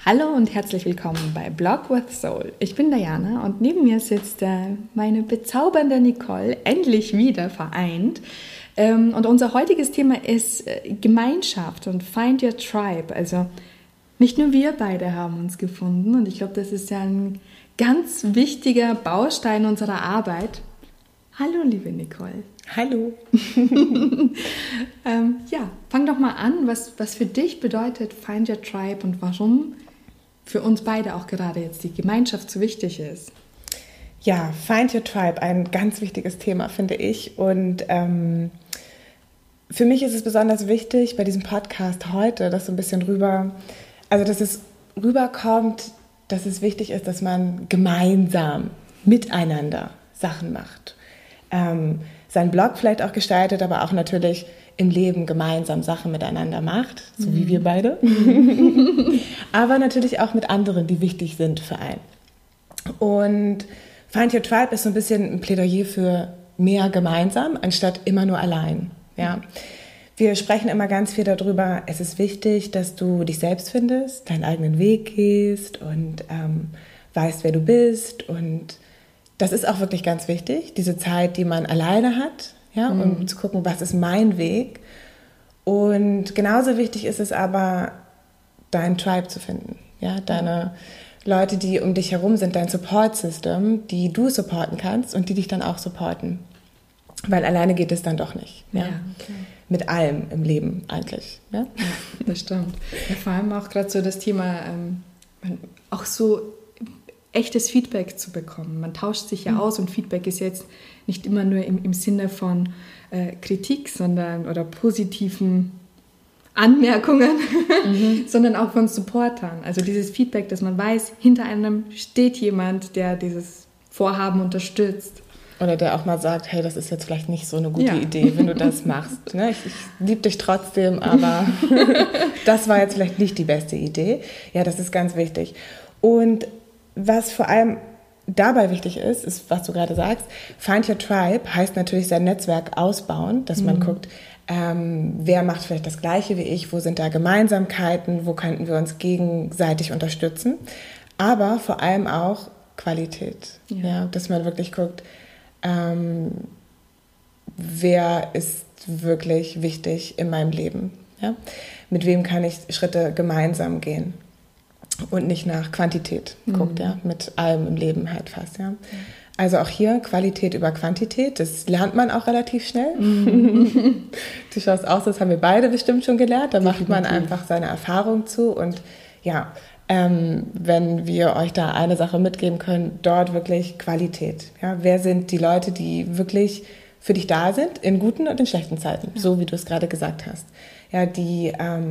Hallo und herzlich willkommen bei Blog with Soul. Ich bin Diana und neben mir sitzt meine bezaubernde Nicole, endlich wieder vereint. Und unser heutiges Thema ist Gemeinschaft und Find Your Tribe. Also nicht nur wir beide haben uns gefunden und ich glaube, das ist ja ein ganz wichtiger Baustein unserer Arbeit. Hallo, liebe Nicole. Hallo. Fang doch mal an, was für dich bedeutet Find Your Tribe und warum für uns beide auch gerade jetzt die Gemeinschaft so wichtig ist. Ja, Find Your Tribe, ein ganz wichtiges Thema, finde ich. Und für mich ist es besonders wichtig bei diesem Podcast heute, dass so ein bisschen dass es rüberkommt, dass es wichtig ist, dass man gemeinsam miteinander Sachen macht. Seinen Blog vielleicht auch gestaltet, aber auch natürlich im Leben gemeinsam Sachen miteinander macht, so wie wir beide. Aber natürlich auch mit anderen, die wichtig sind für einen. Und Find Your Tribe ist so ein bisschen ein Plädoyer für mehr gemeinsam, anstatt immer nur allein. Ja. Wir sprechen immer ganz viel darüber, es ist wichtig, dass du dich selbst findest, deinen eigenen Weg gehst und weißt, wer du bist. Und das ist auch wirklich ganz wichtig, diese Zeit, die man alleine hat, ja, um zu gucken, was ist mein Weg. Und genauso wichtig ist es aber, deinen Tribe zu finden, ja, deine Leute, die um dich herum sind, dein Support-System, die du supporten kannst und die dich dann auch supporten. Weil alleine geht es dann doch nicht. Ja? Ja, okay. Mit allem im Leben eigentlich. Ja, ja, das stimmt. Ja, vor allem auch gerade so das Thema, auch so echtes Feedback zu bekommen. Man tauscht sich ja aus und Feedback ist jetzt nicht immer nur im Sinne von Kritik, oder positiven Anmerkungen, sondern auch von Supportern. Also dieses Feedback, dass man weiß, hinter einem steht jemand, der dieses Vorhaben unterstützt. Oder der auch mal sagt, hey, das ist jetzt vielleicht nicht so eine gute Idee, wenn du das machst. Ne? Ich liebe dich trotzdem, aber das war jetzt vielleicht nicht die beste Idee. Ja, das ist ganz wichtig. Und was vor allem dabei wichtig ist, was du gerade sagst, Find Your Tribe heißt natürlich sein Netzwerk ausbauen, dass man guckt, wer macht vielleicht das Gleiche wie ich, wo sind da Gemeinsamkeiten, wo könnten wir uns gegenseitig unterstützen, aber vor allem auch Qualität, ja, dass man wirklich guckt, wer ist wirklich wichtig in meinem Leben, ja? Mit wem kann ich Schritte gemeinsam gehen. Und nicht nach Quantität guckt, ja, mit allem im Leben halt fast, ja. Also auch hier Qualität über Quantität, das lernt man auch relativ schnell. Du schaust aus, das haben wir beide bestimmt schon gelernt, da macht man einfach seine Erfahrung zu und ja, wenn wir euch da eine Sache mitgeben können, dort wirklich Qualität, ja. Wer sind die Leute, die wirklich für dich da sind, in guten und in schlechten Zeiten, so wie du es gerade gesagt hast, ja, die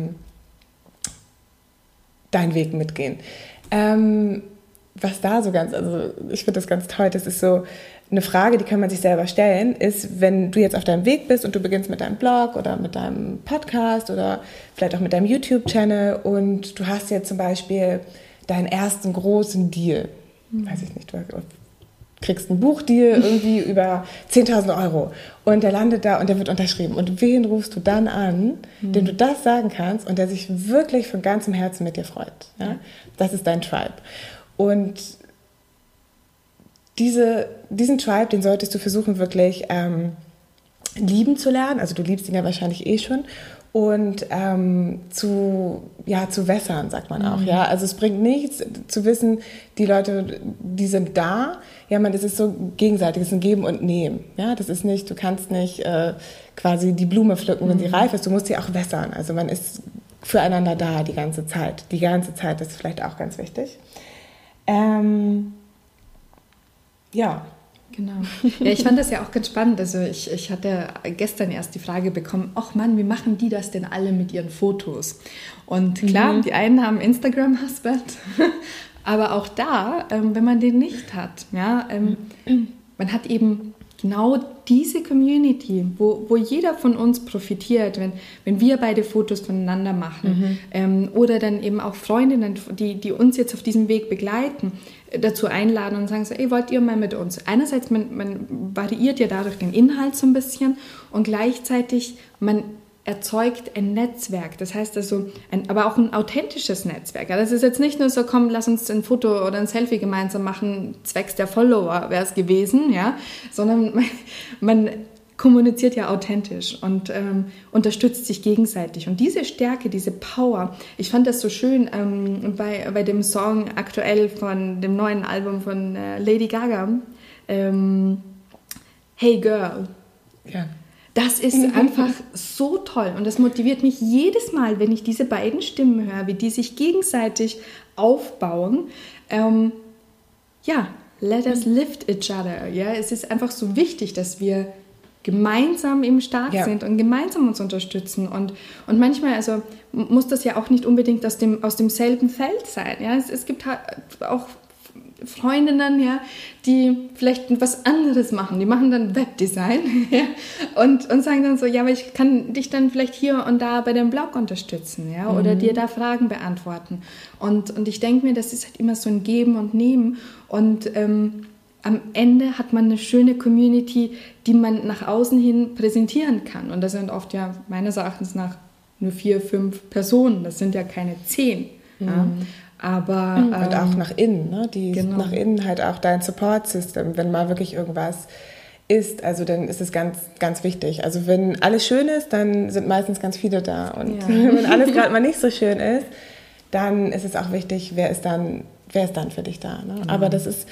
deinen Weg mitgehen. Was da ich finde das ganz toll, das ist so eine Frage, die kann man sich selber stellen, ist, wenn du jetzt auf deinem Weg bist und du beginnst mit deinem Blog oder mit deinem Podcast oder vielleicht auch mit deinem YouTube-Channel und du hast jetzt zum Beispiel deinen ersten großen Deal, weiß ich nicht, du kriegst einen Buchdeal irgendwie über 10.000 Euro und der landet da und der wird unterschrieben. Und wen rufst du dann an, dem du das sagen kannst und der sich wirklich von ganzem Herzen mit dir freut? Ja? Das ist dein Tribe. Und diesen Tribe, den solltest du versuchen wirklich lieben zu lernen. Also du liebst ihn ja wahrscheinlich eh schon. Und zu wässern, sagt man auch. Ja? Also es bringt nichts zu wissen, die Leute, die sind da. Ja, es ist so gegenseitig, es ist ein Geben und Nehmen. Ja? Das ist nicht, du kannst nicht quasi die Blume pflücken, wenn sie reif ist. Du musst sie auch wässern. Also man ist füreinander da die ganze Zeit. Die ganze Zeit ist vielleicht auch ganz wichtig. Genau. Ja, ich fand das ja auch ganz spannend. Also ich hatte gestern erst die Frage bekommen, ach Mann, wie machen die das denn alle mit ihren Fotos? Und klar, die einen haben Instagram-Husband, aber auch da, wenn man den nicht hat, ja, man hat eben genau diese Community, wo jeder von uns profitiert, wenn wir beide Fotos voneinander machen oder dann eben auch Freundinnen, die uns jetzt auf diesem Weg begleiten, dazu einladen und sagen so, ey, wollt ihr mal mit uns? Einerseits, man variiert ja dadurch den Inhalt so ein bisschen und gleichzeitig, man erzeugt ein Netzwerk. Das heißt also, aber auch ein authentisches Netzwerk. Ja, das ist jetzt nicht nur so, komm, lass uns ein Foto oder ein Selfie gemeinsam machen, zwecks der Follower wäre es gewesen, ja, sondern man kommuniziert ja authentisch und unterstützt sich gegenseitig. Und diese Stärke, diese Power, ich fand das so schön bei dem Song aktuell von dem neuen Album von Lady Gaga, Hey Girl. Ja. Das ist einfach so toll und das motiviert mich jedes Mal, wenn ich diese beiden Stimmen höre, wie die sich gegenseitig aufbauen. Let us lift each other. Ja? Es ist einfach so wichtig, dass wir gemeinsam eben stark sind und gemeinsam uns unterstützen. Und manchmal, also muss das ja auch nicht unbedingt aus demselben Feld sein. Ja? Es gibt halt auch Freundinnen, ja, die vielleicht was anderes machen. Die machen dann Webdesign ja, und sagen dann so, ja, aber ich kann dich dann vielleicht hier und da bei dem Blog unterstützen, ja, oder dir da Fragen beantworten. Und ich denke mir, das ist halt immer so ein Geben und Nehmen. Und am Ende hat man eine schöne Community, die man nach außen hin präsentieren kann. Und das sind oft ja meines Erachtens nach nur 4, 5 Personen. Das sind ja keine 10. Ja. Aber, und auch nach innen, ne? Nach innen halt auch dein Support-System, wenn mal wirklich irgendwas ist, also dann ist es ganz, ganz wichtig. Also wenn alles schön ist, dann sind meistens ganz viele da und wenn alles gerade mal nicht so schön ist, dann ist es auch wichtig, wer ist dann für dich da. Ne? Aber das ist,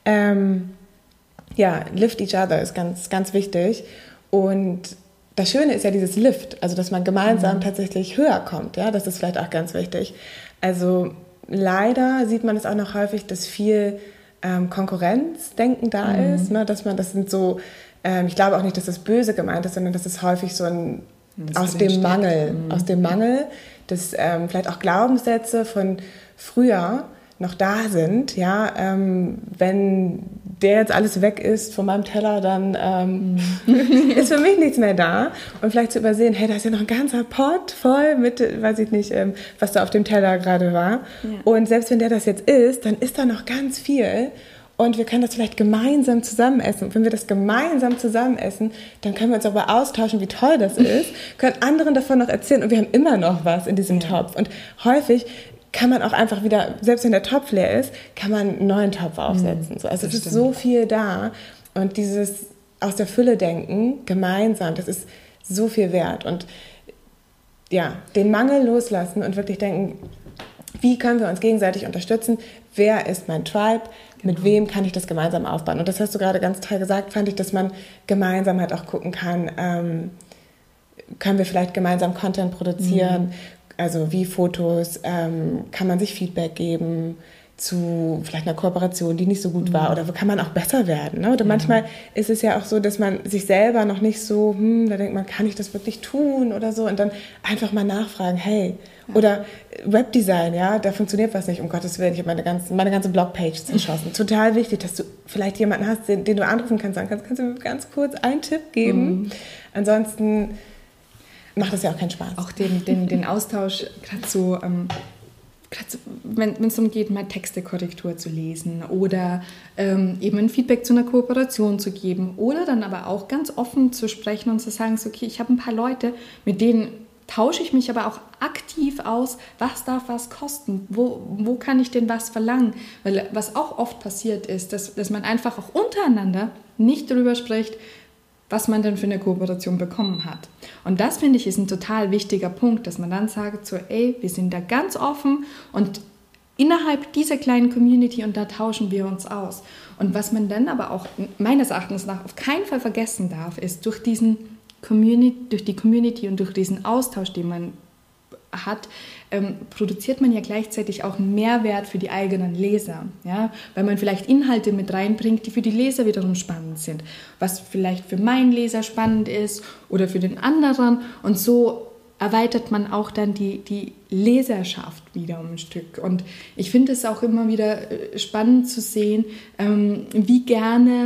lift each other ist ganz, ganz wichtig und das Schöne ist ja dieses Lift, also dass man gemeinsam tatsächlich höher kommt, ja, das ist vielleicht auch ganz wichtig. Also leider sieht man es auch noch häufig, dass viel Konkurrenzdenken da ist, ne? Das sind so, ich glaube auch nicht, dass das böse gemeint ist, sondern das ist häufig so ein aus dem Mangel, dass vielleicht auch Glaubenssätze von früher noch da sind, ja, wenn der jetzt alles weg ist von meinem Teller, dann ist für mich nichts mehr da. Und vielleicht zu übersehen, hey, da ist ja noch ein ganzer Pot voll mit, weiß ich nicht, was da auf dem Teller gerade war. Ja. Und selbst wenn der das jetzt isst, dann ist da noch ganz viel. Und wir können das vielleicht gemeinsam zusammen essen. Und wenn wir das gemeinsam zusammen essen, dann können wir uns darüber austauschen, wie toll das ist, können anderen davon noch erzählen und wir haben immer noch was in diesem Topf. Und häufig kann man auch einfach wieder, selbst wenn der Topf leer ist, kann man einen neuen Topf aufsetzen. Also es ist so viel da und dieses aus der Fülle denken, gemeinsam, das ist so viel wert. Und ja, den Mangel loslassen und wirklich denken, wie können wir uns gegenseitig unterstützen? Wer ist mein Tribe? Mit wem kann ich das gemeinsam aufbauen? Und das hast du gerade ganz toll gesagt, fand ich, dass man gemeinsam halt auch gucken kann, können wir vielleicht gemeinsam Content produzieren? Also wie Fotos, kann man sich Feedback geben zu vielleicht einer Kooperation, die nicht so gut war oder wo kann man auch besser werden. Ne? Oder manchmal ist es ja auch so, dass man sich selber noch nicht so, da denkt man, kann ich das wirklich tun oder so und dann einfach mal nachfragen, hey, oder Webdesign, ja, da funktioniert was nicht, um Gottes Willen, ich habe meine ganze Blogpage zerschossen. Total wichtig, dass du vielleicht jemanden hast, den du anrufen kannst, sagen kannst du mir ganz kurz einen Tipp geben? Ansonsten macht das ja auch keinen Spaß. Auch den Austausch, gerade so, wenn es darum geht, mal Textekorrektur zu lesen oder eben ein Feedback zu einer Kooperation zu geben oder dann aber auch ganz offen zu sprechen und zu sagen, so, okay, ich habe ein paar Leute, mit denen tausche ich mich aber auch aktiv aus, was darf was kosten, wo kann ich denn was verlangen, weil was auch oft passiert ist, dass man einfach auch untereinander nicht darüber spricht, was man denn für eine Kooperation bekommen hat. Und das, finde ich, ist ein total wichtiger Punkt, dass man dann sagt, so, ey, wir sind da ganz offen und innerhalb dieser kleinen Community und da tauschen wir uns aus. Und was man dann aber auch meines Erachtens nach auf keinen Fall vergessen darf, ist durch die Community und durch diesen Austausch, den man hat, produziert man ja gleichzeitig auch einen Mehrwert für die eigenen Leser, ja? Weil man vielleicht Inhalte mit reinbringt, die für die Leser wiederum spannend sind, was vielleicht für meinen Leser spannend ist oder für den anderen und so erweitert man auch dann die Leserschaft wieder um ein Stück. Und ich finde es auch immer wieder spannend zu sehen, wie gerne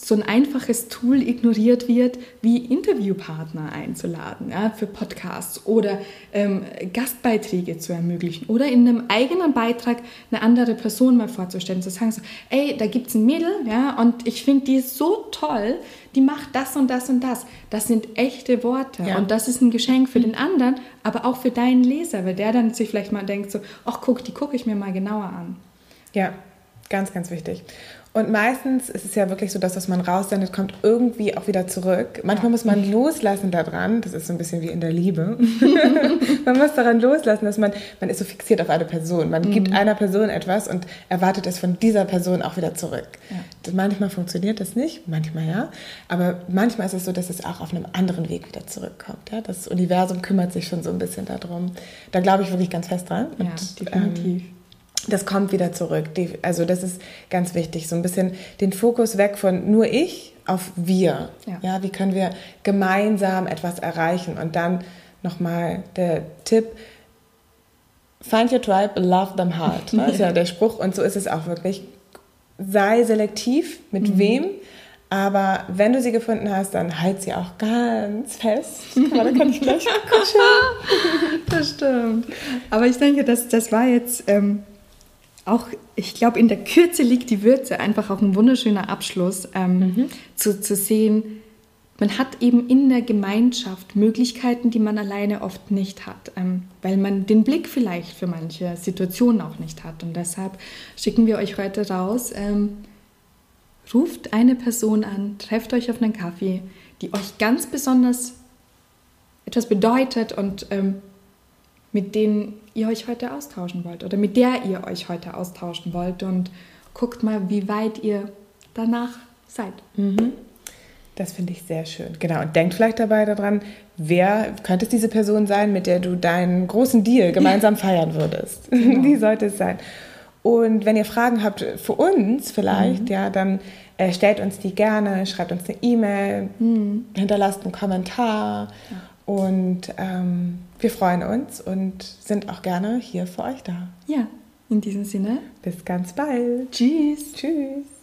so ein einfaches Tool ignoriert wird, wie Interviewpartner einzuladen, ja, für Podcasts oder Gastbeiträge zu ermöglichen oder in einem eigenen Beitrag eine andere Person mal vorzustellen, zu sagen so, ey, da gibt's ein Mädel, ja, und ich finde die so toll, die macht das und das und das. Das sind echte Worte und das ist ein Geschenk für den anderen, aber auch für deinen Leser, weil der dann sich vielleicht mal denkt so, ach guck, die gucke ich mir mal genauer an. Ja, ganz, ganz wichtig. Und meistens ist es ja wirklich so, dass was man raussendet, kommt irgendwie auch wieder zurück. Manchmal muss man loslassen daran, das ist so ein bisschen wie in der Liebe. Man muss daran loslassen, dass man ist so fixiert auf eine Person. Man gibt einer Person etwas und erwartet es von dieser Person auch wieder zurück. Ja. Manchmal funktioniert das nicht, manchmal ja. Aber manchmal ist es so, dass es auch auf einem anderen Weg wieder zurückkommt. Ja? Das Universum kümmert sich schon so ein bisschen darum. Da glaube ich wirklich ganz fest dran. Ja, definitiv. Das kommt wieder zurück. Also das ist ganz wichtig. So ein bisschen den Fokus weg von nur ich auf wir. Ja, wie können wir gemeinsam etwas erreichen? Und dann nochmal der Tipp, find your tribe, love them hard. Das ist ja der Spruch. Und so ist es auch wirklich. Sei selektiv, mit wem. Aber wenn du sie gefunden hast, dann halt sie auch ganz fest. Da kann ich gleich kuscheln. Das stimmt. Aber ich denke, das war jetzt... auch, ich glaube, in der Kürze liegt die Würze, einfach auch ein wunderschöner Abschluss, zu sehen, man hat eben in der Gemeinschaft Möglichkeiten, die man alleine oft nicht hat, weil man den Blick vielleicht für manche Situationen auch nicht hat. Und deshalb schicken wir euch heute raus, ruft eine Person an, trefft euch auf einen Kaffee, die euch ganz besonders etwas bedeutet und mit denen ihr euch heute austauschen wollt oder mit der ihr euch heute austauschen wollt und guckt mal, wie weit ihr danach seid. Das finde ich sehr schön. Genau, und denkt vielleicht dabei daran, wer könnte es diese Person sein, mit der du deinen großen Deal gemeinsam feiern würdest. Genau. Die sollte es sein. Und wenn ihr Fragen habt für uns vielleicht, ja, dann stellt uns die gerne, schreibt uns eine E-Mail, hinterlasst einen Kommentar. Ja. Und wir freuen uns und sind auch gerne hier für euch da. Ja, in diesem Sinne. Bis ganz bald. Tschüss. Tschüss.